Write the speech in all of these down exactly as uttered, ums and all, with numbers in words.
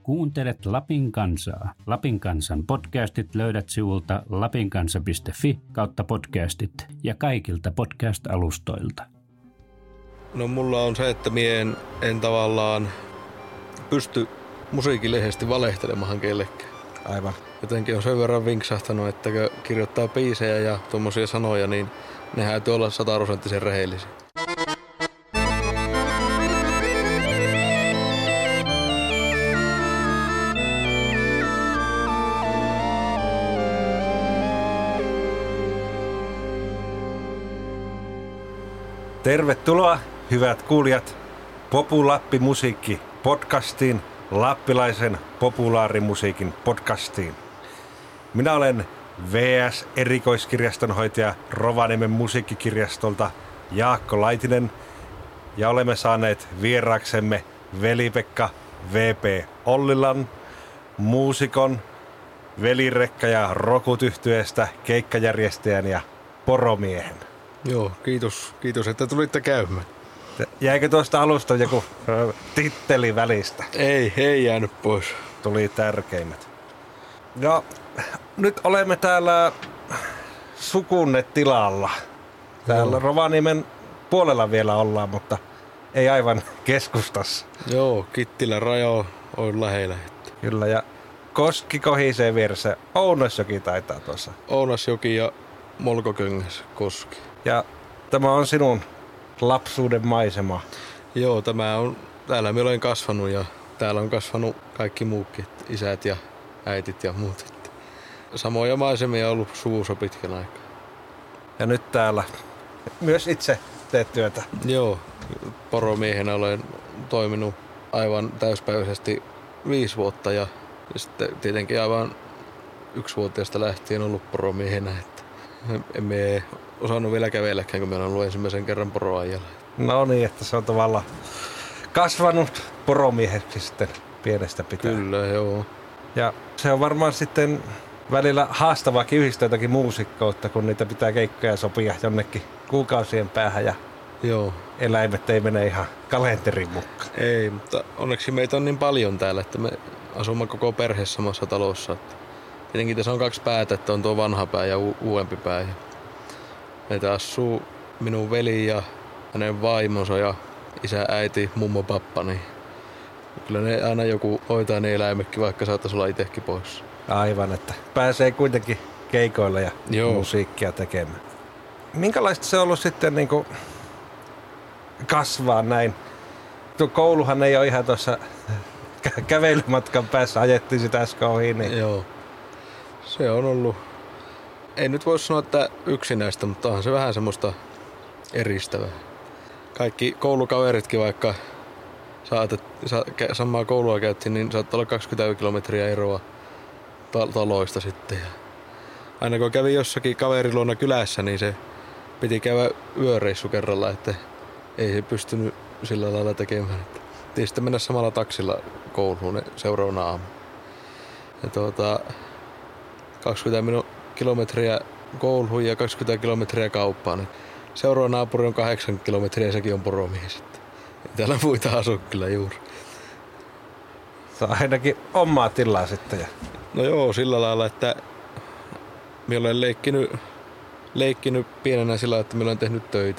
Kuuntelet Lapin kansaa. Lapin kansan podcastit löydät sivulta lapinkansa piste fi kautta podcastit ja kaikilta podcast-alustoilta. No mulla on se, että mie en, en tavallaan pysty musiikillisesti valehtelemaan kellekään. Aivan. Jotenkin on sen verran vinksahtanut, että kun kirjoittaa biisejä ja tuommoisia sanoja, niin ne täytyy olla sataprosenttisen rehellisiä. Tervetuloa, hyvät kuulijat, Populappi musiikki podcastiin, lappilaisen populaarimusiikin podcastiin. Minä olen V S-erikoiskirjastonhoitaja Rovaniemen musiikkikirjastolta Jaakko Laitinen ja olemme saaneet vieraaksemme Veli-Pekka V P Ollilan, muusikon, Velirekka ja Rokut-yhtyeestä, keikkajärjestäjän ja poromiehen. Joo, kiitos, kiitos, että tulitte käymään. Jäikö tuosta alusta joku titteli välistä? Ei, ei jäänyt pois. Tuli tärkeimmät. No, nyt olemme täällä sukunne tilalla. Täällä Joo. Rovaniemen puolella vielä ollaan, mutta ei aivan keskustassa. Joo, Kittilän raja on lähellä. Kyllä, ja koski kohisee vieressä. Ounasjoki taitaa tuossa. Ounasjoki ja Molkoköngäs koski. Ja tämä on sinun lapsuuden maisema. Joo, tämä on, täällä minä olen kasvanut ja täällä on kasvanut kaikki muukin, isät ja äitit ja muut. Samoja maisemia on ollut suvussa pitkän aikaa. Ja nyt täällä myös itse teet työtä. Joo, poromiehenä olen toiminut aivan täyspäiväisesti viisi vuotta ja sitten tietenkin aivan yksivuotiaasta lähtien ollut poromiehenä. Että emme osannut vielä kävelläkään, kun meillä on ollut ensimmäisen kerran poroajalla. No niin, että se on tavallaan kasvanut poromieheksi sitten pienestä pitää. Kyllä, joo. Ja se on varmaan sitten välillä haastavaakin yhdistää jotakin muusikkoutta, kun niitä pitää keikkoja sopia jonnekin kuukausien päähän ja joo. Eläimet ei mene ihan kalenterin mukaan. Ei, mutta onneksi meitä on niin paljon täällä, että me asumme koko perhe samassa talossa. Tietenkin tässä on kaksi päätä, että on tuo vanha pää ja u- uudempi pää. Ja meitä asuu minun veli ja hänen vaimonsa ja isä, äiti, mummo, pappa. Niin kyllä ne aina joku hoitaa ne eläimekin, vaikka saattaisi olla itsekin pois. Aivan, että pääsee kuitenkin keikoilla ja Joo. musiikkia tekemään. Minkälaista se on ollut sitten niin kuin kasvaa näin? Tuo kouluhan ei ole ihan tuossa kä- kävelymatkan päässä, ajettiin sitä äsken ohi. Niin... Joo. Se on ollut, ei nyt voi sanoa, että yksinäistä, mutta onhan se vähän semmoista eristävää. Kaikki koulukaveritkin, vaikka saatet, sa, samaa koulua käytiin, niin saattaa olla kaksikymmentä kilometriä eroa ta- taloista sitten. Ja aina kun kävi jossakin kaveriluona kylässä, niin se piti käydä yöreissu kerralla, että ei se pystynyt sillä lailla tekemään. Piti sitten mennä samalla taksilla kouluun seuraavana aamulla. Ja tuota... kaksikymmentä kilometriä kouluun ja kaksikymmentä kilometriä kauppaan. Seuraava naapuri on kahdeksan kilometriä ja sekin on poromies sitten. Ei täällä muita asu kyllä juuri. Se on ainakin omaa tilaa sitten. No joo, sillä lailla, että minä olen leikkinyt, leikkinyt pienenä sillä lailla, että minä olen tehnyt töitä.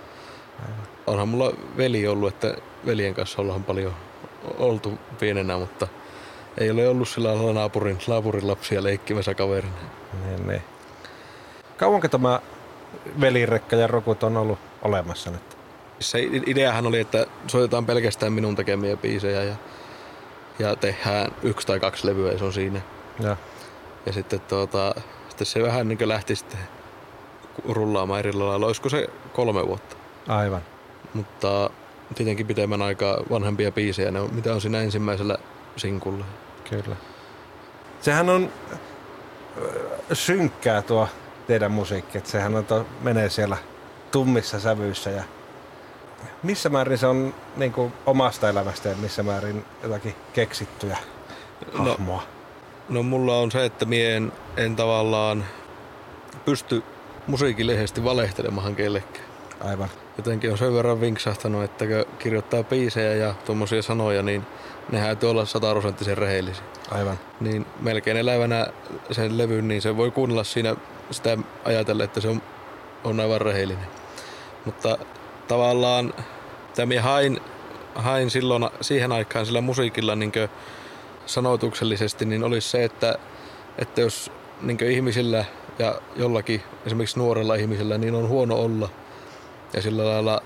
Onhan mulla veli ollut, että veljen kanssa ollaan paljon oltu pienenä, mutta ei ole ollut sillä lailla naapurin, naapurin lapsia leikkimässä kaverina. Niin, niin. Kauanko tämä Velirekka ja Rokut on ollut olemassa nyt? Se ideahan oli, että soitetaan pelkästään minun tekemiä biisejä ja, ja tehdään yksi tai kaksi levyä ja se on siinä. Ja, ja sitten, tuota, sitten se vähän niin kuin lähti sitten rullaamaan eri lailla. Olisiko se kolme vuotta? Aivan. Mutta tietenkin pitemmän aikaa vanhempia biisejä, ne on, mitä on siinä ensimmäisellä sinkulla. Kyllä. Sehän on synkkää tuo teidän musiikki, että sehän on to, menee siellä tummissa sävyissä ja missä määrin se on niin kuin omasta elämästä ja missä määrin jotakin keksittyjä hahmoa? No, no mulla on se, että mie en, en tavallaan pysty musiikillisesti valehtelemaan kellekään. Aivan. Jotenkin on sen verran vinksahtanut, että kun kirjoittaa biisejä ja tuommoisia sanoja, niin ne täytyy olla sataprosenttisen rehellisiä. Aivan. Niin melkein elävänä sen levyn, niin se voi kuunnella siinä sitä ajatella, että se on, on aivan rehellinen. Mutta tavallaan, mitä minä hain, hain silloin siihen aikaan sillä musiikilla niin sanoituksellisesti, niin olisi se, että, että jos niin ihmisillä ja jollakin, esimerkiksi nuorella ihmisellä, niin on huono olla. Ja sillä lailla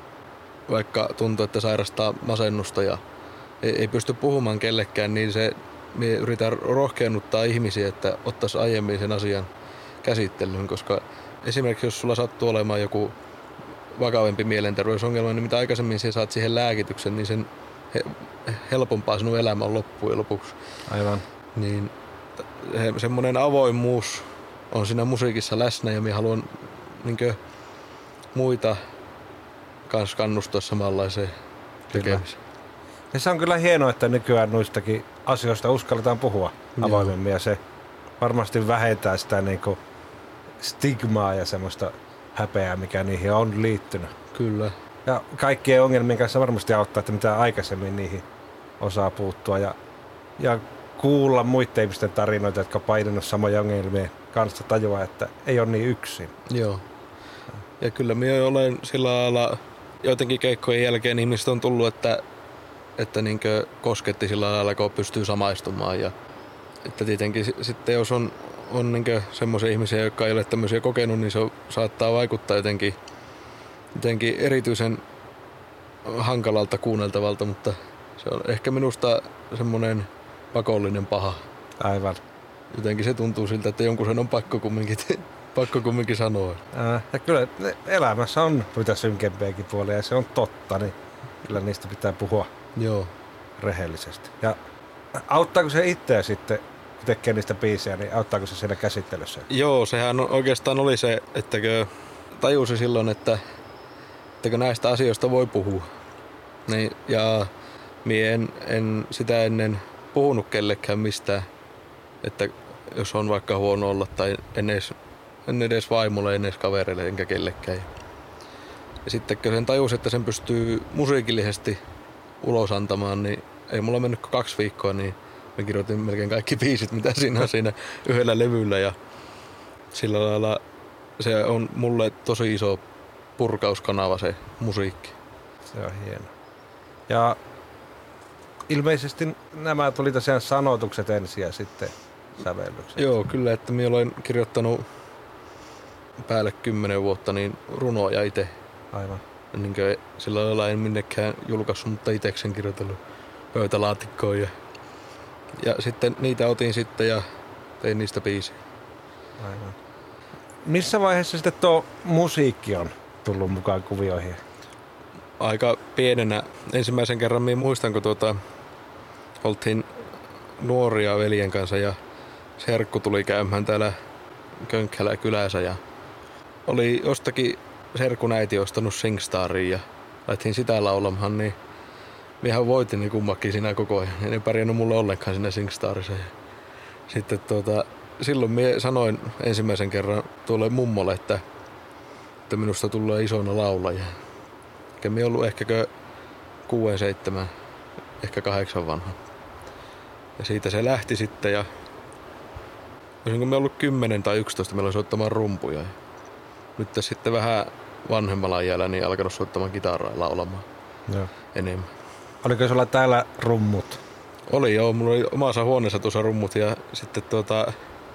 vaikka tuntuu, että sairastaa masennusta ja ei, ei pysty puhumaan kellekään, niin se minä yritän rohkeannuttaa ihmisiä, että ottaisi aiemmin sen asian käsittelyyn, koska esimerkiksi jos sulla sattuu olemaan joku vakavempi mielenterveysongelma, niin mitä aikaisemmin sinä saat siihen lääkityksen, niin sen he, helpompaa sinun elämä on loppujen lopuksi. Aivan. Niin se, semmoinen avoimuus on siinä musiikissa läsnä ja minä haluan niin kuin, muita kans kannustaa samanlaiseen tekemiseen. Ja se on kyllä hienoa, että nykyään noistakin asioista uskalletaan puhua avoimemmin ja se varmasti vähentää sitä niinku stigmaa ja semmoista häpeää, mikä niihin on liittynyt. Kyllä. Ja kaikkien ongelmien kanssa varmasti auttaa, että mitä aikaisemmin niihin osaa puuttua ja, ja kuulla muiden ihmisten tarinoita, jotka on painanut samoja ongelmia kanssa, tajua, että ei ole niin yksin. Joo. Ja kyllä minä olen sillä lailla, joidenkin keikkojen jälkeen ihmiset on tullut, että, että niinkö kosketti sillä lailla, kun pystyy samaistumaan. Ja, että tietenkin sitten jos on, on niinkö semmoisia ihmisiä, jotka ei ole tämmöisiä kokenut, niin se saattaa vaikuttaa jotenkin, jotenkin erityisen hankalalta kuunneltavalta, mutta se on ehkä minusta semmoinen pakollinen paha. Aivan. Jotenkin se tuntuu siltä, että jonkun sen on pakko kumminkin, pakko kumminkin sanoa. Ää, ja kyllä elämässä on mitä synkempiäkin puolia ja se on totta, niin kyllä niistä pitää puhua Joo. rehellisesti. Ja auttaako se itseä sitten, kun tekee niistä biisejä, niin auttaako se siinä käsittelyssä? Joo, sehän oikeastaan oli se, että tajusi silloin, että, että näistä asioista voi puhua. Niin, ja mie en, en sitä ennen puhunut kellekään mistään, että jos on vaikka huono olla tai en edes, en edes vaimolle, en edes kavereille enkä kellekään. Ja sitten kun sen tajusi, että sen pystyy musiikillisesti ulos antamaan, niin ei mulla mennyt kaksi viikkoa, niin mä kirjoitin melkein kaikki biisit, mitä siinä on siinä yhdellä levyllä. Ja sillä lailla se on mulle tosi iso purkauskanava se musiikki. Se on hieno. Ja ilmeisesti nämä tuli tosiaan sanotukset ensin ja sitten sävellykset. Joo, kyllä, että minä olen kirjoittanut päälle kymmenen vuotta niin runoja itse. Aivan. Niin kuin sillä lailla en minnekään julkaissut, mutta itsekseen kirjoitellut pöytälaatikkoon. Ja, ja sitten niitä otin sitten ja tein niistä biisiä. Aivan. Missä vaiheessa sitten tuo musiikki on tullut mukaan kuvioihin? Aika pienenä. Ensimmäisen kerran minä muistan, kun tuota, oltiin nuoria veljen kanssa ja serkku tuli käymään täällä Könkkälä kylässä ja oli jostakin serkun äiti ostanut Singstaria ja laitettiin sitä laulamaan, niin minähän voitin niin kummakin siinä koko ajan. En pärjännyt mulle ollenkaan siinä Singstarissa. Sitten tuota, silloin minä sanoin ensimmäisen kerran tuolle mummolle, että, että minusta tulee isona laulaja. Eikä minä ollut ehkäkö kuuden, seitsemän, ehkä kahdeksan vanha. Ja siitä se lähti sitten ja olisinko me ollut kymmenen tai yksitoista, meillä oli soittamaan rumpuja. Ja nyt sitten vähän vanhemmalla iällä niin alkanut soittamaan kitaraa ja laulamaan Joo. enemmän. Oliko sulla täällä rummut? Oli joo, mulla oli omassa huoneessa tuossa rummut ja sitten tuota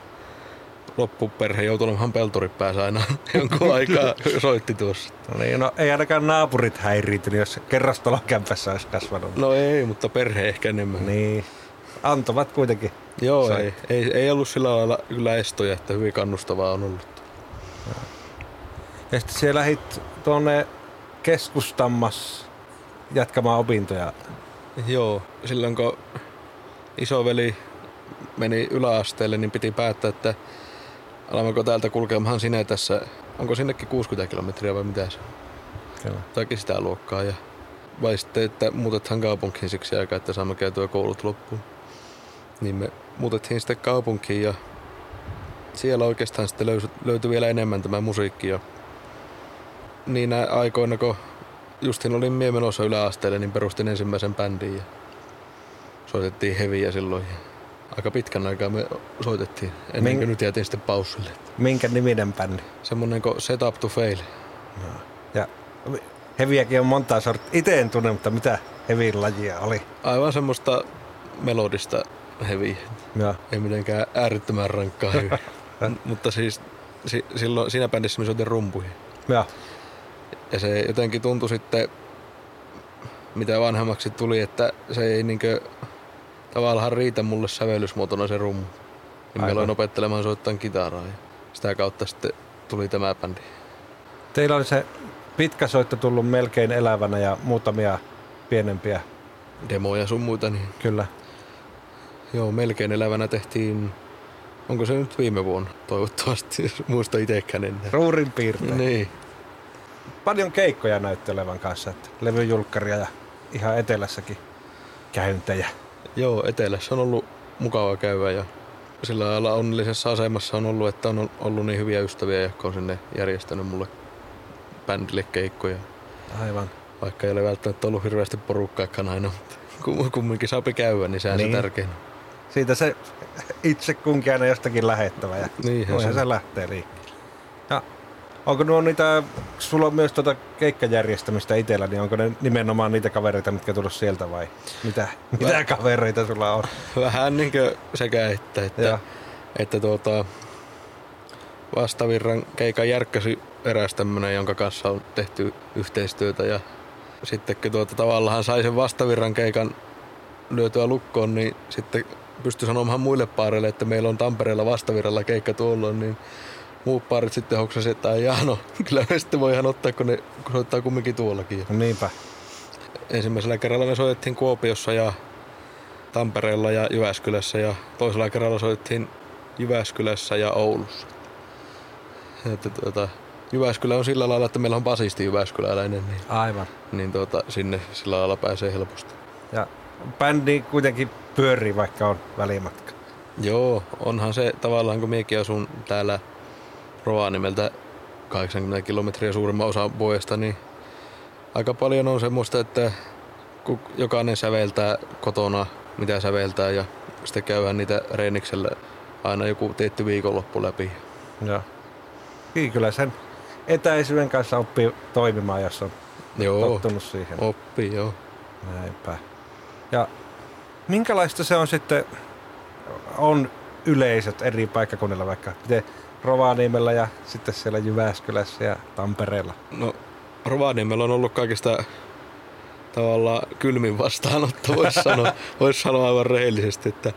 loppuperhe joutui olemaan pelturit päässä aina jonkun aikaa soitti tuossa. No niin, no ei ainakaan naapurit häiriintynyt, jos kerrostalokämpässä olisi kasvanut. No ei, mutta perhe ehkä enemmän. Niin, antavat kuitenkin. Joo, ei, ei, ei ollut sillä lailla kyllä estoja, että hyvin kannustavaa on ollut. Ja sitten siellä lähit tuonne Keskustammas jatkamaan opintoja. Joo, silloin kun isoveli meni yläasteelle, niin piti päättää, että alammeko täältä kulkemaan sinne tässä, onko sinnekin kuusikymmentä kilometriä vai mitä se on? Kyllä. Toki sitä luokkaa. Ja vai sitten, että muutethan kaupunkiin siksi aikaa, että saamme käytyä koulut loppuun. Niin me muutettiin sitten kaupunkiin ja siellä oikeastaan sitten löytyi, löytyi vielä enemmän tämä musiikki. Ja niinä aikoina, kun justin olin mie menossa yläasteelle, niin perustin ensimmäisen bändin ja soitettiin heviä silloin. Ja aika pitkän aikaa me soitettiin, ennen Min... kuin nyt jätin sitten paussille. Minkä niminen bändi? Semmonen kuin Set Up to Fail. No. Ja heviäkin on montaa sortia. Itse en tunne, mutta mitä hevin lajia oli? Aivan semmoista melodista heviä. Ja. Ei mitenkään äärettömän rankkaa heviä. Mutta siis si, silloin siinä bändissä me soitin rumpuja. Ja. Ja se jotenkin tuntui sitten, mitä vanhemmaksi tuli, että se ei niinkö tavallaan riitä mulle sävellysmuotona se rummu. Niin mä aloin opettelemaan soittamaan kitaraa ja sitä kautta sitten tuli tämä bändi. Teillä oli se pitkä soitto tullut melkein elävänä ja muutamia pienempiä demoja sun muita. Niin. Kyllä. Joo, melkein elävänä tehtiin, onko se nyt viime vuonna? Toivottavasti, jos muista itsekään ennen. Ruurin piirtein. Niin. Paljon keikkoja näyttelevän kanssa, että levyjulkkaria ja ihan etelässäkin käyntejä. Joo, etelässä on ollut mukava käydä ja sillä lailla onnellisessa asemassa on ollut, että on ollut niin hyviä ystäviä, jotka on sinne järjestänyt mulle bändille keikkoja. Aivan. Vaikka ei ole välttämättä ollut hirveästi porukkaakaan aina, mutta kumminkin saapi käydä, niin sehän niin. Se tärkein. Siitä se itse kunkin aina jostakin lähettävä ja niinhän se. se lähtee liikkeelle. Ja onko nuo niitä, sulla on myös tuota keikkajärjestämistä itsellä, niin onko ne nimenomaan niitä kavereita, mitkä tullut sieltä vai mitä, mitä Väh, kavereita sulla on? Vähän niin kuin sekä että, että, että tuota, Vastavirran keikan Järkkäsi eräs tämmönen, jonka kanssa on tehty yhteistyötä ja sitten kun tuota, tavallaan sai sen Vastavirran keikan lyötyä lukkoon, niin sitten pystyi sanomaan muille paareille, että meillä on Tampereella Vastavirralla keikka tuolloin, niin muut paarit sitten hoksasi, että jaa no, kyllä me sitten voi ihan ottaa, kun ne soittaa kumminkin tuollakin. No niinpä. Ensimmäisellä kerralla me soitettiin Kuopiossa ja Tampereella ja Jyväskylässä ja toisella kerralla soitettiin Jyväskylässä ja Oulussa. Että tuota, Jyväskylä on sillä lailla, että meillä on basisti jyväskyläläinen. Niin, aivan. Niin tuota, sinne sillä lailla pääsee helposti. Ja bändi kuitenkin pyörii, vaikka on välimatka. Joo, onhan se tavallaan, kun minäkin asun täällä Rovaniemeltä kahdeksankymmentä kilometriä suurimman osan vuodesta, niin aika paljon on semmoista, että kun jokainen säveltää kotona, mitä säveltää, ja sitten käydään niitä reeniksellä aina joku tietty viikonloppu läpi. Joo. Kyllä sen etäisyyden kanssa oppii toimimaan, jos on joo, tottunut siihen. Oppii, joo. Näinpä. Ja minkälaista se on sitten, on yleisöt eri paikkakunnilla vaikka, miten Rovaniemellä ja sitten siellä Jyväskylässä ja Tampereella? No Rovaniemellä on ollut kaikista tavallaan kylmin vastaanotto, voisi sanoa, vois sanoa aivan rehellisesti, että,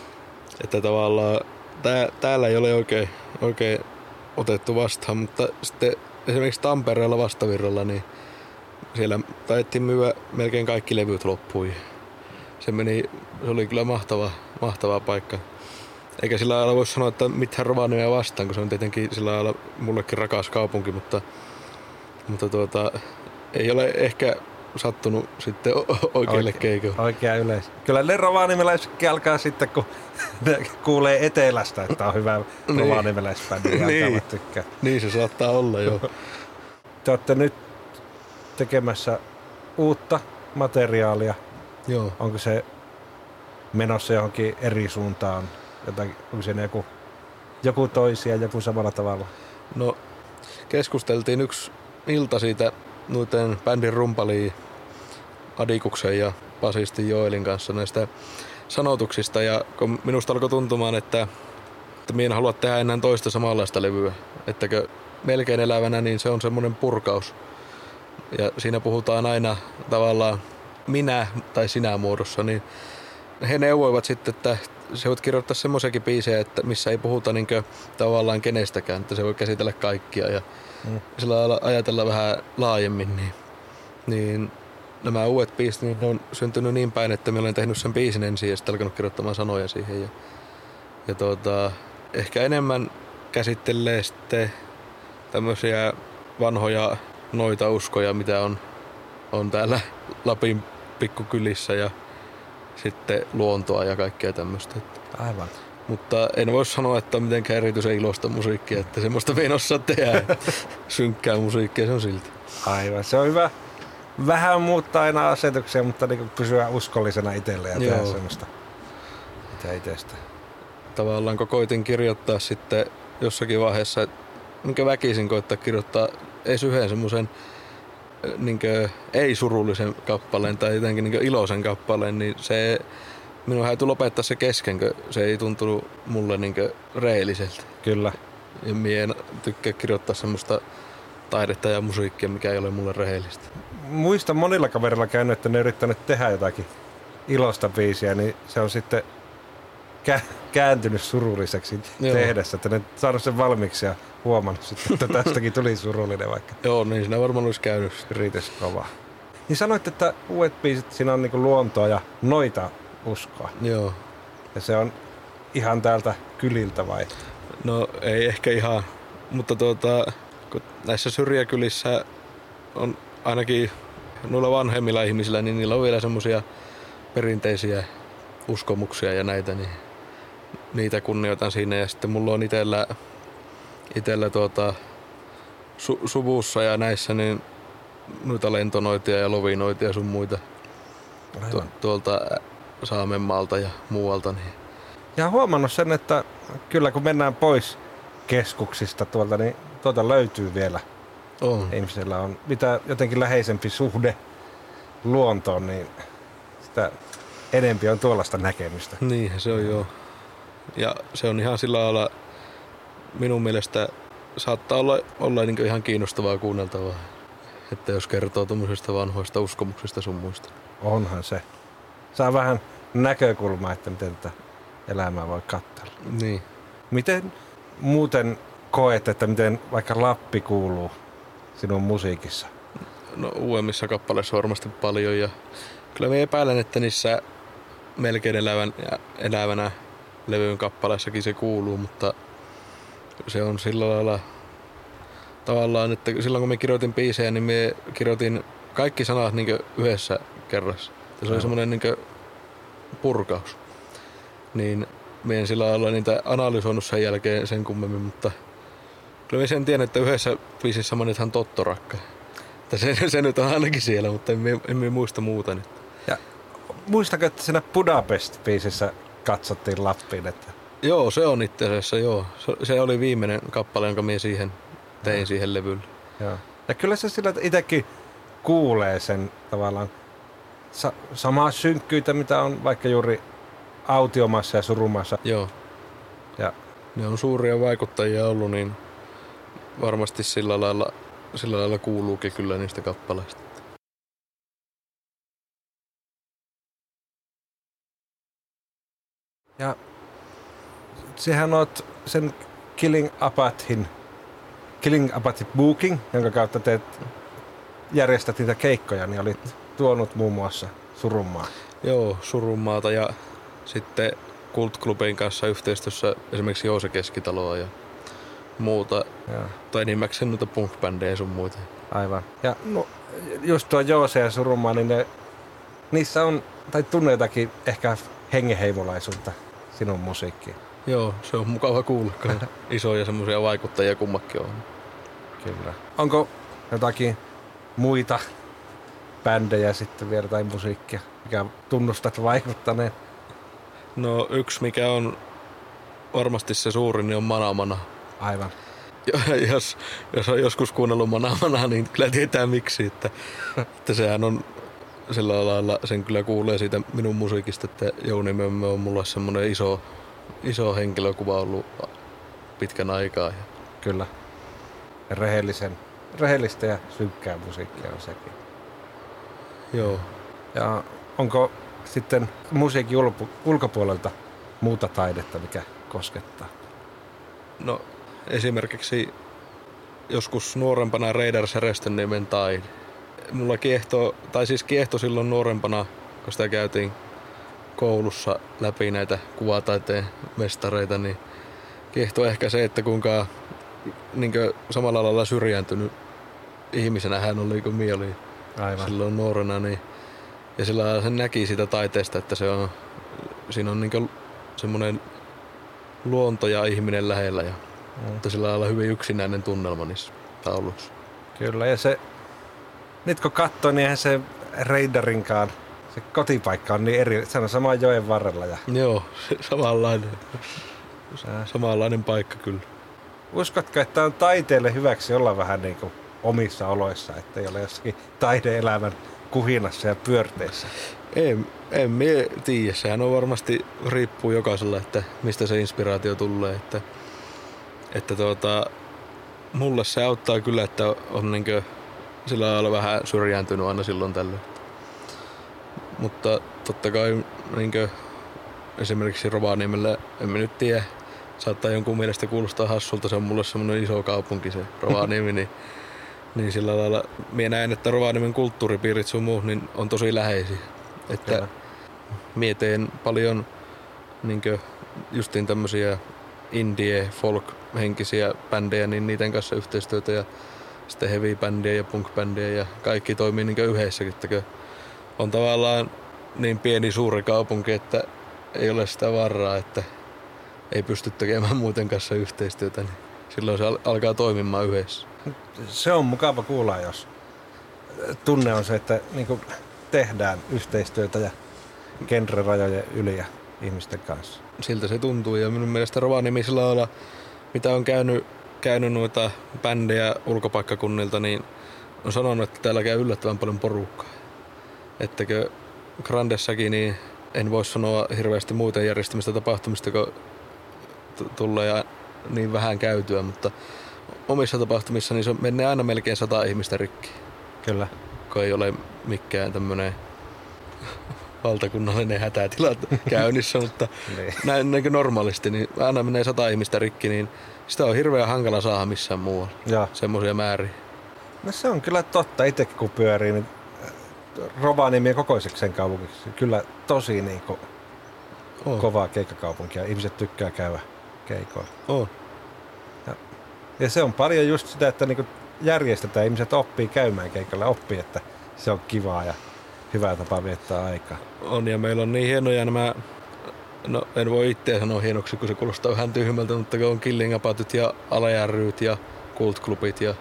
että tavallaan tää, täällä ei ole oikein, oikein otettu vastaan, mutta sitten esimerkiksi Tampereella Vastavirralla, niin siellä taidettiin myyä melkein kaikki levyt loppuun. Se meni, se oli kyllä mahtava, mahtava paikka. Eikä sillä lailla voi sanoa, että mitään Rovaniemellä vastaan, kun se on tietenkin sillä lailla mullekin rakas kaupunki, mutta, mutta tuota, ei ole ehkä sattunut sitten oikeille Oike, keikoille. Oikea yleisö. Kyllä ne rovaniemeläisetkin alkaa sitten, kun ne kuulee etelästä, että on hyvä rovaniemeläisbändi, niin alkavat tykkää. Niin se saattaa olla, joo. Te olette nyt tekemässä uutta materiaalia. Joo. Onko se menossa johonkin eri suuntaan? Jotakin, onko siinä joku, joku toisia, joku samalla tavalla? No, keskusteltiin yksi ilta siitä noiden bändin rumpaliin Adikuksen ja basistin Joelin kanssa näistä sanotuksista. Ja kun minusta alkoi tuntumaan, että, että minä en halua tehdä enää toista samanlaista levyä. Ettäkö melkein elävänä, niin se on semmoinen purkaus. Ja siinä puhutaan aina tavallaan minä tai sinä muodossa, niin he neuvoivat sitten, että se voit kirjoittaa semmoisiakin biisejä, että missä ei puhuta niinkö tavallaan kenestäkään, että se voi käsitellä kaikkia ja mm. sillä lailla ajatella vähän laajemmin. Niin, niin nämä uudet biisit niin ne on syntynyt niin päin, että minä olen tehnyt sen biisin ensin ja sitten alkanut kirjoittamaan sanoja siihen. Ja, ja tuota, ehkä enemmän käsittelee sitten tämmöisiä vanhoja noita uskoja, mitä on, on täällä Lapin pikkukylissä ja sitten luontoa ja kaikkea tämmöistä. Aivan. Mutta en voi sanoa, että on mitenkään erityisen iloista musiikkia, että semmoista me en osaa tehdä. Synkkää musiikkia se on silti. Aivan, se on hyvä. Vähän muuttaa aina asetuksia, mutta niin pysyä uskollisena itselle ja tehdä semmoista itsestä. Tavallaan kun koitin kirjoittaa sitten jossakin vaiheessa, että minkä väkisin koittaa kirjoittaa edes yhden semmoisen niin ei-surullisen kappaleen tai jotenkin niin iloisen kappaleen, niin se minun häytyi lopettaa se kesken, kun se ei tuntunut mulle niin rehelliseltä. Kyllä. Ja minä en tykkää kirjoittaa semmoista taidetta ja musiikkia, mikä ei ole mulle rehellistä. Muistan monilla kaverilla käynyt, että ne yrittänyt tehdä jotakin ilosta biisiä, niin se on sitten kä- kääntynyt surulliseksi Joo. tehdessä. Että ne saanut sen valmiiksi ja huomannut sitten, että tästäkin tuli surullinen vaikka. Joo, niin siinä varmaan olisi käynyt. Riites kovaa. Niin sanoit, että uudet biisit, siinä on niinku luontoa ja noita uskoa. Joo. Ja se on ihan täältä kyliltä vai? No ei ehkä ihan, mutta tuota, kun näissä syrjäkylissä on ainakin noilla vanhemmilla ihmisillä, niin niillä on vielä semmoisia perinteisiä uskomuksia ja näitä, niin niitä kunnioitan siinä. Ja sitten mulla on itellä, itellä tuota, su, suvussa ja näissä niin noita lentonoitia ja lovinoitia ja sun muita tu, tuolta Saamenmaalta ja muualta. Niin. Ja huomannut sen, että kyllä kun mennään pois keskuksista tuolta, niin tuolta löytyy vielä. On. Ihmisellä on mitä jotenkin läheisempi suhde luontoon, niin sitä enempi on tuollaista näkemystä. Niin, se on joo. Ja se on ihan sillä lailla, minun mielestä saattaa olla, olla niin ihan kiinnostavaa kuunneltavaa, että jos kertoo tuommoisista vanhoista uskomuksista sun muista. Onhan se. Saa vähän näkökulmaa, että miten tätä elämää voi katsella. Niin. Miten muuten koet, että miten vaikka Lappi kuuluu sinun musiikissa? No uudemmissa kappaleissa varmasti paljon ja kyllä me epäilen, että niissä melkein elävän, elävänä levyn kappaleissakin se kuuluu, mutta se on sillä lailla tavallaan, että silloin kun me kirjoitin biisejä, niin me kirjoitin kaikki sanat niin yhdessä kerrassa. Se oli semmoinen niin purkaus. Niin me en sillä lailla niitä analysoinut sen jälkeen sen kummemmin, mutta kyllä me sen tiedän, että yhdessä biisissä mainitaan Tottorakka. Se, se nyt on ainakin siellä, mutta emme, emme muista muuta nyt. Ja muistako, että siinä Budapest-biisissä katsottiin Lappiin? Että... Joo, se on itse asiassa, joo. Se, se oli viimeinen kappale, jonka minä siihen tein ja. siihen levylle. Joo. Ja kyllä se sillä, että itsekin kuulee sen tavallaan sa- samaa synkkyyttä, mitä on vaikka juuri Autiomassa ja Surumassa. Joo. Ja ne on suuria vaikuttajia ollut, niin varmasti sillä lailla, sillä lailla kuuluukin kyllä niistä kappaleista. Ja sehän oot sen Killing Apathin, Killing Apatin Booking, jonka kautta teet järjestät niitä keikkoja, niin olit tuonut muun muassa Surunmaa. Joo, Surunmaata ja sitten Kult-klubin kanssa yhteistyössä esimerkiksi Joose Keskitaloa ja muuta. Ja. Tai enimmäkseen noita punk-bändejä ja sun muita. Aivan. Ja no, just tuo Joose ja Surunmaa, niin ne, niissä on, tai tunne jotakin ehkä hengenheimolaisuutta sinun musiikkiin. Joo, se on mukava kuulla, kun isoja semmoisia vaikuttajia kummakin on. Kyllä. Onko jotakin muita bändejä sitten vielä tai musiikkia, mikä tunnustat vaikuttaneen? No yksi, mikä on varmasti se suurin, niin on Manamana. Aivan. Jos, jos on joskus kuunnellut Manamanaa, niin kyllä tietää miksi. Että, että sehän on sillä lailla, sen kyllä kuulee siitä minun musiikista, että Jouni Mömmö on mulle semmoinen iso, iso henkilökuva ollut pitkän aikaa. Kyllä. Ja rehellisen, rehellistä ja synkkää musiikkia on sekin. Joo. Ja onko sitten musiikin ulpo, ulkopuolelta muuta taidetta, mikä koskettaa? No esimerkiksi joskus nuorempana Raiders Restonniemen taide. Mulla kiehto, tai siis kiehto silloin nuorempana, kun sitä käytiin koulussa läpi näitä kuvataiteen mestareita, niin kiehto ehkä se, että kuinka niin samalla lailla syrjääntynyt ihmisenä hän oli, kun minä olin Aivan. silloin nuorena. Niin, ja sillä sen näki siitä taiteesta, että se on, siinä on niin semmoinen luonto ja ihminen lähellä. Ja, mm. Mutta sillä lailla hyvin yksinäinen tunnelma niissä tauluissa. Kyllä, ja se, nyt kun katsoo, niin eihän se Reidarinkaan, se kotipaikka on niin eri, se on saman joen varrella. Ja... Joo, samanlainen, samanlainen paikka kyllä. Uskotko, että on taiteelle hyväksi olla vähän niin kuin omissa oloissa, että ei ole jossakin taide-elämän kuhinassa ja pyörteissä? En, en mie tiedä. Sehän on varmasti, riippuu jokaisella, että mistä se inspiraatio tulee. Että, että tuota, mulle se auttaa kyllä, että on niinkö sillä lailla vähän syrjääntynyt aina silloin tällöin. Mutta totta kai niinkö esimerkiksi Rovaniemellä, en mä nyt tiedä, saattaa jonkun mielestä kuulostaa hassulta, se on mulle semmoinen iso kaupunki se Rovaniemi, niin, niin sillä lailla mie näen, että Rovaniemen kulttuuripiirit sun muu niin on tosi läheisiä. Että Kyllä. mie teen paljon niinkö justiin tämmösiä indie, folk-henkisiä bändejä, niin niiden kanssa yhteistyötä ja sitten heavy-bändejä ja punk-bändejä ja kaikki toimii niinkö yhdessäkin. On tavallaan niin pieni suuri kaupunki, että ei ole sitä varaa, että ei pysty tekemään muuten kanssa yhteistyötä, niin silloin se alkaa toimimaan yhdessä. Se on mukava kuulla, jos tunne on se, että niin kuin tehdään yhteistyötä ja genrerajojen yli ja ihmisten kanssa. Siltä se tuntuu ja minun mielestä Rovaniemi sillä lailla, mitä on käynyt, käynyt noita bändejä ulkopaikkakunnilta, niin on sanonut, että täällä käy yllättävän paljon porukkaa. Ettäkö Grandessakin, niin en voi sanoa hirveästi muuten järjestämistä tapahtumista, kun t- tulee niin vähän käytyä, mutta omissa tapahtumissa niin se menee aina melkein sata ihmistä rikki. Kyllä. Kun ei ole mikään tämmöinen valtakunnallinen hätätila käynnissä, mutta näin, näin normaalisti, niin aina menee sata ihmistä rikki, niin sitä on hirveän hankala saada missään muualla. Semmoisia määriä. No se on kyllä totta. Itsekin kun pyörii, niin Rovaniemi kokoiseksi kaupungiksi. Kyllä tosi niin kuin oh. kovaa keikkakaupunkia. Ihmiset tykkää käydä keikoilla. Oh. Ja, ja se on paljon just sitä, että niin kuin järjestetään. Ihmiset oppii käymään keikalla, oppii, että se on kivaa ja hyvä tapa viettää aikaa. On ja meillä on niin hienoja nämä, no en voi itseä sanoa hienoksi, kun se kuulostaa vähän tyhmältä, mutta on Killing Aboutit ja Alajärryt ja Kultklubit ja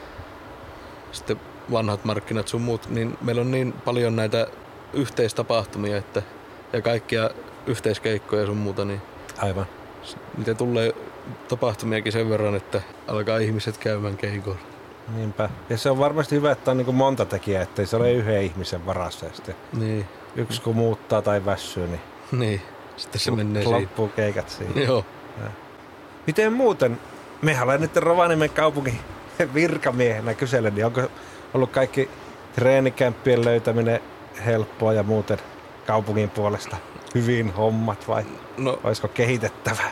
sitten vanhat markkinat sun muut, niin meillä on niin paljon näitä yhteistapahtumia että, ja kaikkia yhteiskeikkoja sun muuta, niin aivan. Niitä tulee tapahtumiakin sen verran, että alkaa ihmiset käymään keikoilla. Niinpä. Ja se on varmasti hyvä, että on niin kuin monta tekijää, ettei se ole yhden ihmisen varassa. Niin. Yksi kun muuttaa tai väsyy, niin, niin. Sitten se menee loppuu keikat siihen. Joo. Ja. Miten muuten, mehän olen nyt Rovaniemen kaupungin virkamiehenä kyselen, niin onko ollut kaikki treenikämppien löytäminen helppoa ja muuten kaupungin puolesta hyvin hommat vai no, olisiko kehitettävää?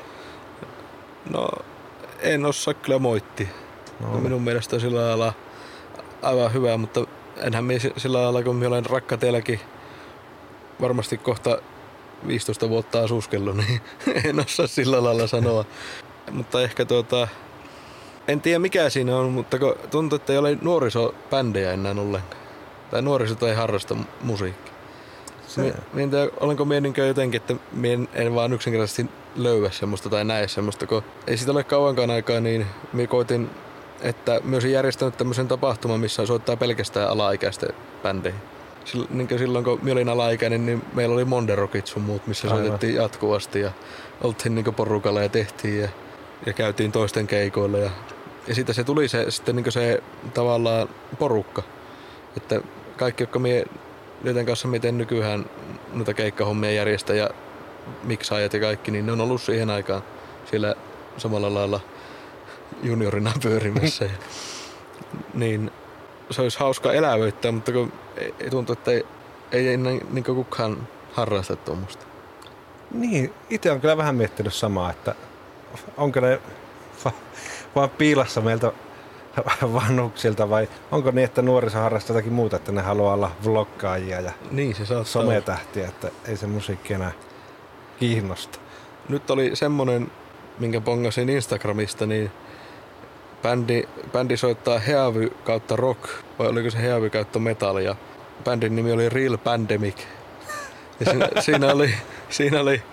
No en osaa kyllä moittia. No, minun mielestä on sillä lailla aivan hyvä, mutta enhän minä sillä lailla, kun minä olen Rakkateelläkin varmasti kohta viisitoista vuotta asuskellut, niin en osaa sillä lailla sanoa. Mutta ehkä tuota, en tiedä mikä siinä on, mutta kun tuntuu, että ei ole nuorisobändejä enää ollenkaan. Tai nuorisot ei harrasta musiikkia. Mie, en tiedä, olenko minä niinkö jotenkin, että minä en, en vaan yksinkertaisesti löyä semmoista tai näe semmoista, kun ei siitä ole kauankaan aikaa, niin minä koitin, että myös järjestänyt tämmöisen tapahtuman, missä soittaa pelkästään alaikäisten bändeihin. Silloin, niin silloin kun minä olin alaikäinen, niin meillä oli Monderokit sun muut, missä Aivan. soitettiin jatkuvasti ja oltiin niin porukalla ja tehtiin ja, ja käytiin toisten keikoilla. Ja, ja siitä se tuli se, sitten niin se tavallaan porukka, että kaikki, jotka mie, joiden kanssa miten nykyään noita keikkahommia järjestää ja miksaajat ja kaikki, niin ne on ollut siihen aikaan siellä samalla lailla juniorina pyörimässä. Ja, niin se olisi hauska elävöittää, mutta kun ei tuntuu, että ei, ei enää niin kukaan harrasta tuommoista. Niin, itse on kyllä vähän miettinyt samaa, että onko ne va- vaan piilassa meiltä vanhuksilta vai onko niin, että nuoriso harrastaa jotakin muuta, että ne haluaa olla vloggaajia ja niin, se sometähtiä, että ei se musiikki enää kiinnosta. Nyt oli semmonen, minkä pongasin Instagramista, niin bändi, bändi soittaa heavy kautta rock, vai oliko se heavy kautta metal, ja bändin nimi oli Real Pandemic. Ja siinä, siinä, oli, siinä oli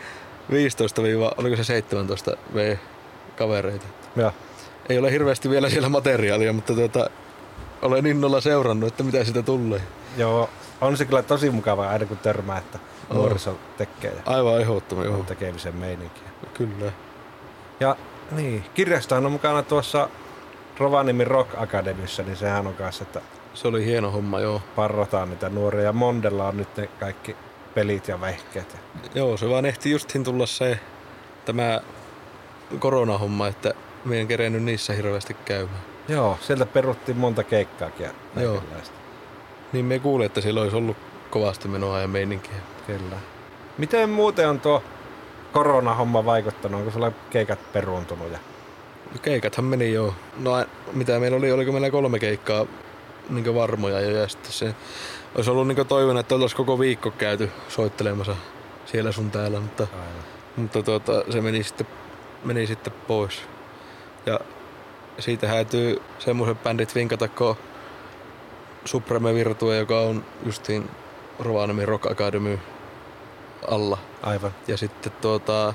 viisitoista oliko se seitsemäntoista V kavereita. Ja. Ei ole hirveästi vielä siellä materiaalia, mutta tuota, olen innolla seurannut, että mitä sitä tulee. Joo, on se kyllä tosi mukavaa aina kun törmää, että nuoriso tekee. Ja aivan ehdottoman, joo. Tekemisen meininkiä. Kyllä. Ja niin, kirjastohan on mukana tuossa Rovaniemen Rock Academyssä, niin sehän on kanssa, että se oli hieno homma, joo. Parrotaan niitä nuoria ja Mondella on nyt ne kaikki pelit ja vehkeet. Joo, se vaan ehti justiin tulla se tämä koronahomma, että me en kerennyt niissä hirveästi käymään. Joo, sieltä peruttiin monta keikkaakin ja joo. Niin me kuulin, että siellä olisi ollut kovasti menoa ja meininkiä. Kyllä. Miten muuten on tuo koronahomma vaikuttanut? Onko sulla keikat peruuntunut? Ja keikathan meni joo. No mitä meillä oli, oliko meillä kolme keikkaa niin varmoja jo ja sitten se olisi ollut niin toivon, että oltaisiin koko viikko käyty soittelemassa siellä sun täällä, mutta, mutta tuota, se meni sitten, meni sitten pois. Ja siitä häätyy semmoiset bändit vinkata kuin Supreme Virtue, joka on justiin Rovaniemen Rock Academy alla. Aivan. Ja sitten tuota,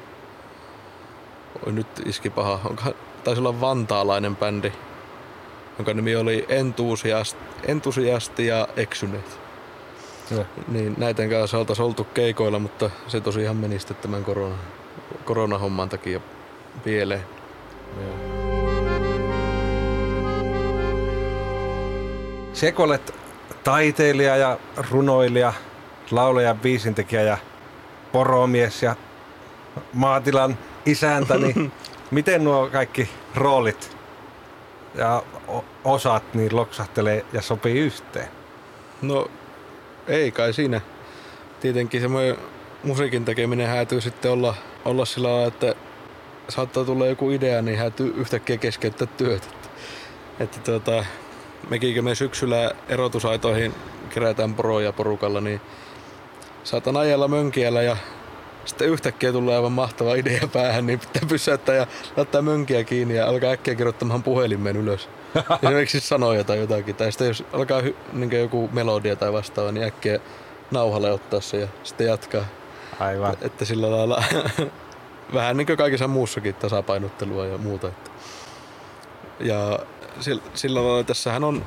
oi nyt iski paha, onkohan, taisi olla vantaalainen bändi, jonka nimi oli Entusiast, Entusiasti ja Eksyneet. No. Niin näiden kanssa oltaisiin oltu keikoilla, mutta se tosiaan meni sitten tämän korona, koronahomman takia pieleen. No. Se kun olet taiteilija ja runoilija, laulaja, biisintekijä ja poromies ja maatilan isäntä, niin miten nuo kaikki roolit ja osat niin loksahtelee ja sopii yhteen? No ei kai siinä. Tietenkin semmoinen musiikin tekeminen häätyy sitten olla, olla sillä lailla, että saattaa tulla joku idea, niin häätyy yhtäkkiä keskeyttää työt. Että, että tuota, mekin kun me syksyllä erotusaitoihin kerätään poroja porukalla, niin saatan ajella mönkiällä ja sitten yhtäkkiä tulee aivan mahtava idea päähän, niin pitää pysäyttää ja laittaa mönkiä kiinni ja alkaa äkkiä kirjoittamaan puhelimeen ylös. Esimerkiksi sanoja tai jotakin. Tai sitten jos alkaa hy- niin joku melodia tai vastaava, niin äkkiä nauhalle ottaa se ja sitten jatkaa. Aivan. Että sillä lailla vähän niin kuin kaikessa muussakin tasapainottelua ja muuta. Että. Ja sillä lailla tässähän on,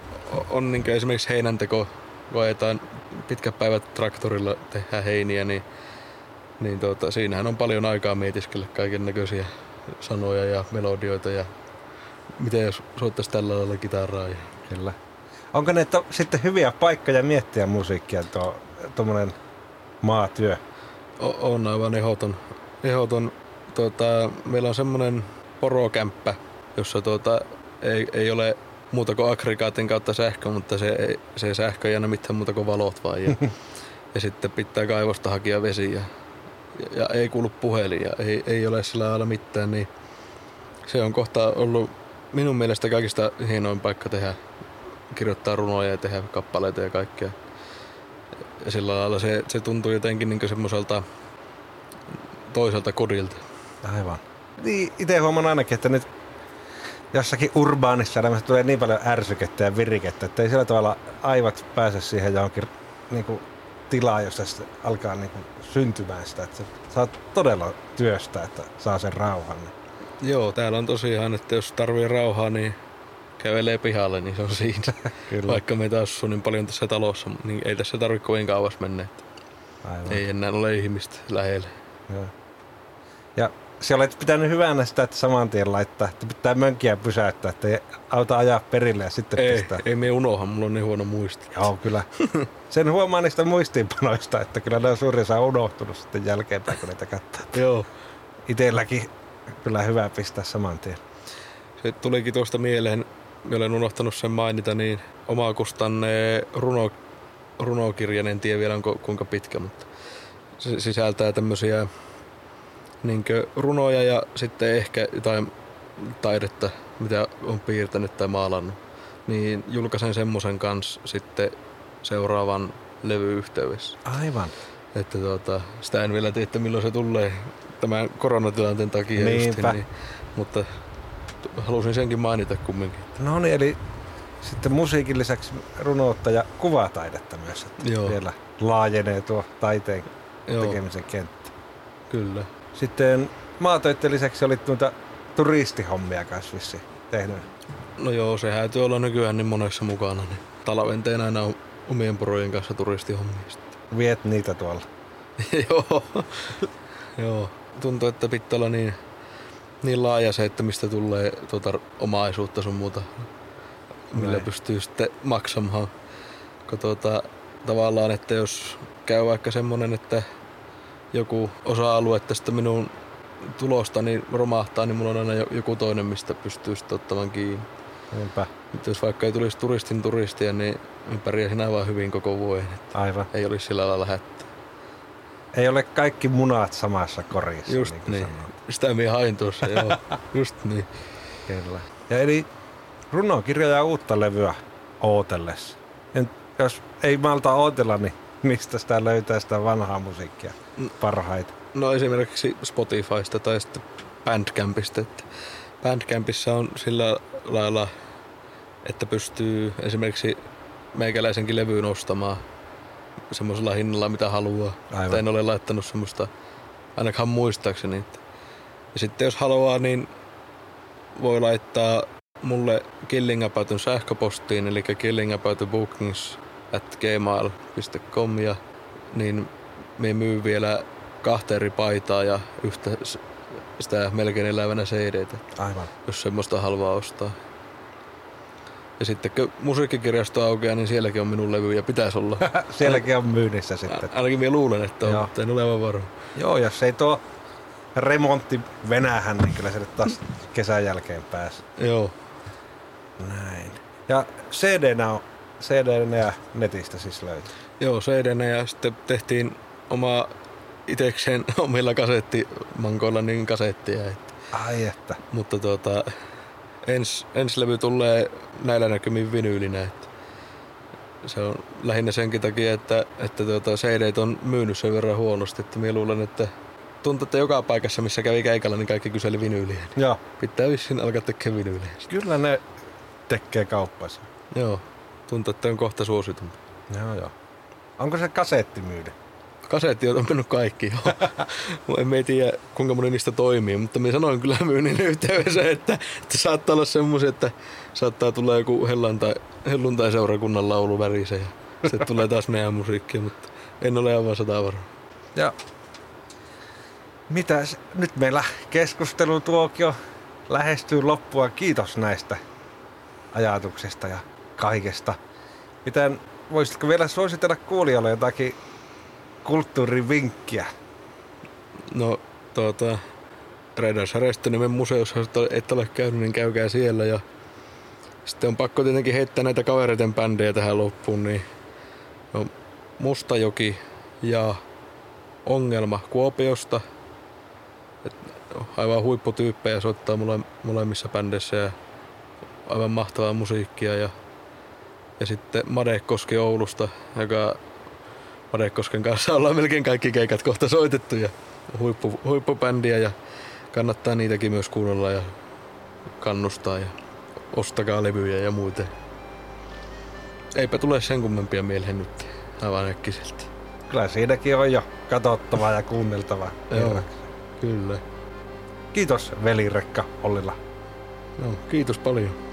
on niin esimerkiksi heinänteko, kun ajetaan pitkät päivät traktorilla, tehdään heiniä, niin, niin tuota, siinähän on paljon aikaa mietiskellä kaiken näköisiä sanoja ja melodioita ja miten jos soittaisi tällä lailla kitaraa. Ja. Kyllä. Onko ne to, sitten hyviä paikkoja miettiä musiikkia, tuo tuommoinen maatyö? O, on aivan ehdoton. ehdoton tuota, meillä on semmoinen porokämppä, jossa tuota, ei, ei ole muuta kuin aggregaatin kautta sähkö, mutta se, ei, se sähkö ei aina mitään muuta kuin valot vaan. Ja, ja sitten pitää kaivosta hakea vesi ja, ja, ja ei kuulu puhelin ja ei, ei ole sillä lailla mitään. Niin se on kohta ollut minun mielestä kaikista hienoin paikka tehdä, kirjoittaa runoja ja tehdä kappaleita ja kaikkea. Ja sillä lailla se, se tuntuu jotenkin niin semmoiselta toiselta kodilta. Aivan. Niin, itse huomaan ainakin, että nyt jossakin urbaanissa elämässä tulee niin paljon ärsykettä ja virikettä, että ei sillä tavalla aivot pääse siihen johonkin niin kuin tilaan, jossa se alkaa niin kuin syntymään sitä. Että saa todella työstä, että saa sen rauhan. Joo, täällä on tosiaan, että jos tarvii rauhaa, niin kävelee pihalle, niin se on siinä. Vaikka meitä asuu niin paljon tässä talossa, niin ei tässä tarvitse kovin kauas mennä. Aivan. Ei enää ole ihmistä lähellä. Joo. Ja sä olet pitänyt hyvänä sitä, että saman tien laittaa, että pitää mönkiä pysäyttää, että ei auta ajaa perille ja sitten ei, pistää. Ei me unoha, mulla on niin huono muisti. Joo, kyllä. Sen huomaa niistä muistiinpanoista, että kyllä ne on suurin osa unohtunut sitten jälkeenpäin, kun niitä katsoo. Joo. Itelläkin kyllä hyvä pistää saman tien. Se tulikin tuosta mieleen, minä olen unohtanut sen mainita, niin omakustanne runo, runokirjan, en tiedä vielä onko kuinka pitkä, mutta se sisältää tämmöisiä niinkö runoja ja sitten ehkä jotain taidetta, mitä on piirtänyt tai maalannut. Niin julkaisen semmoisen kanssa sitten seuraavan levy-yhteydessä. Aivan. Että tuota, sitä en vielä tiedä, että milloin se tulee tämän koronatilanteen takia. Justin, niin, mutta halusin senkin mainita kumminkin. No niin, eli sitten musiikin lisäksi runoutta ja kuvataidetta myös. Että Joo. Vielä laajenee tuo taiteen Joo. tekemisen kenttä. Kyllä. Sitten maatöiden lisäksi olit noita turistihommia kanssa vissiin tehnyt. No joo, se häätyy olla nykyään niin monessa mukana. Niin talven teen aina omien porojen kanssa turistihommia sitten. Viet niitä tuolla. Joo. Joo. Tuntuu, että pitää olla niin, niin laaja se, että mistä tulee tuota omaisuutta sun muuta, millä Näin. pystyy sitten maksamaan. Kun tuota, tavallaan, että jos käy vaikka semmonen, että joku osa-alue tästä minun tulosta niin romahtaa, niin mulla on aina joku toinen, mistä pystyy sitten ottamaan kiinni. Niinpä. Nyt jos vaikka ei tulisi turistin turistia, niin pärjäisin aivan hyvin koko vuoden. Aivan. Ei olisi sillä lailla hätää. Ei ole kaikki munat samassa korissa. Just niin. niin. Sitä minä hain tuossa, joo. Just niin. Kyllä. Ja eli runokirja ja uutta levyä ootellessa. En, jos ei malta ootella, niin mistä sitä löytää sitä vanhaa musiikkia parhaita? No esimerkiksi Spotifysta tai sitten Bandcampista. Että Bandcampissa on sillä lailla, että pystyy esimerkiksi meikäläisenkin levyyn ostamaan semmoisella hinnalla, mitä haluaa. Aivan. En ole laittanut semmoista, ainakaan muistaakseni. Ja sitten jos haluaa, niin voi laittaa mulle Killing Aboutin sähköpostiin, eli killingaboutbookings at gmail dot com, ja niin me myy vielä kahta eri paitaa ja yhtä sitä melkein elävänä C D:tä. Aivan. Jos semmoista haluaa ostaa. Ja sitten kun musiikkikirjasto aukeaa, niin sielläkin on minun levyjä, pitäisi olla. Sielläkin on myynnissä sitten. Ainakin minä luulen, että on, mutta en ole aivan varma. Joo, jos ei tuo remontti venähän, niin kyllä se nyt taas kesän jälkeen pääsi. Joo. Näin. Ja C D-nä on, C D-nä ja netistä siis löytyy. Joo, C D-nä ja sitten tehtiin oma itekseen omilla kasettimankoilla niin kasettia. Että. Ai että. Mutta tuota, ens, ensi levy tulee näillä näkymin vinyylinä. Että se on lähinnä senkin takia, että, että tuota C D:t on myynyt sen verran huonosti, että minä luulen, että tuntuu, että joka paikassa, missä kävi keikalla, niin kaikki kyseli vinyyliä. Joo. Pitää vissiin alkaa tekemään vinyyliä. Kyllä ne tekee kauppansa. Joo. Tuntuu, että on kohta suositumpi. Joo, joo. Onko se kasetti myydä? Kasetti on mennyt kaikki, joo. En tiedä, kuinka moni niistä toimii, mutta minä sanoin kyllä myynnin yhteydessä, että, että saattaa olla semmoisia, että saattaa tulla joku helluntai, helluntai-seurakunnan laulu värise ja sitten tulee taas meidän musiikkia, mutta en ole aivan sata varma. Joo. Mitäs? Nyt meillä keskustelutuokio lähestyy loppua. Kiitos näistä ajatuksista ja kaikesta. Miten voisitko vielä suositella kuulijoille jotakin kulttuurivinkkiä? No tuota, Raiders Harestonimen museossa, et ole käynyt, niin käykää siellä. Ja sitten on pakko tietenkin heittää näitä kavereiden bändejä tähän loppuun. Niin no, Mustajoki ja Ongelma Kuopiosta. Et aivan huipputyyppejä soittaa mole, molemmissa bändeissä ja aivan mahtavaa musiikkia. Ja, ja sitten Madekoski Oulusta, joka Madekosken kanssa ollaan melkein kaikki keikat kohta soitettu ja huippu, huippubändiä ja kannattaa niitäkin myös kuunnella ja kannustaa ja ostakaa levyjä ja muuten. Eipä tule sen kummempia mieleen nyt aivan äkkiseltä. Kyllä siinäkin on jo katsottavaa ja kuunneltavaa. Joo, kyllä. Kiitos veli Rekka Ollila. No, kiitos paljon.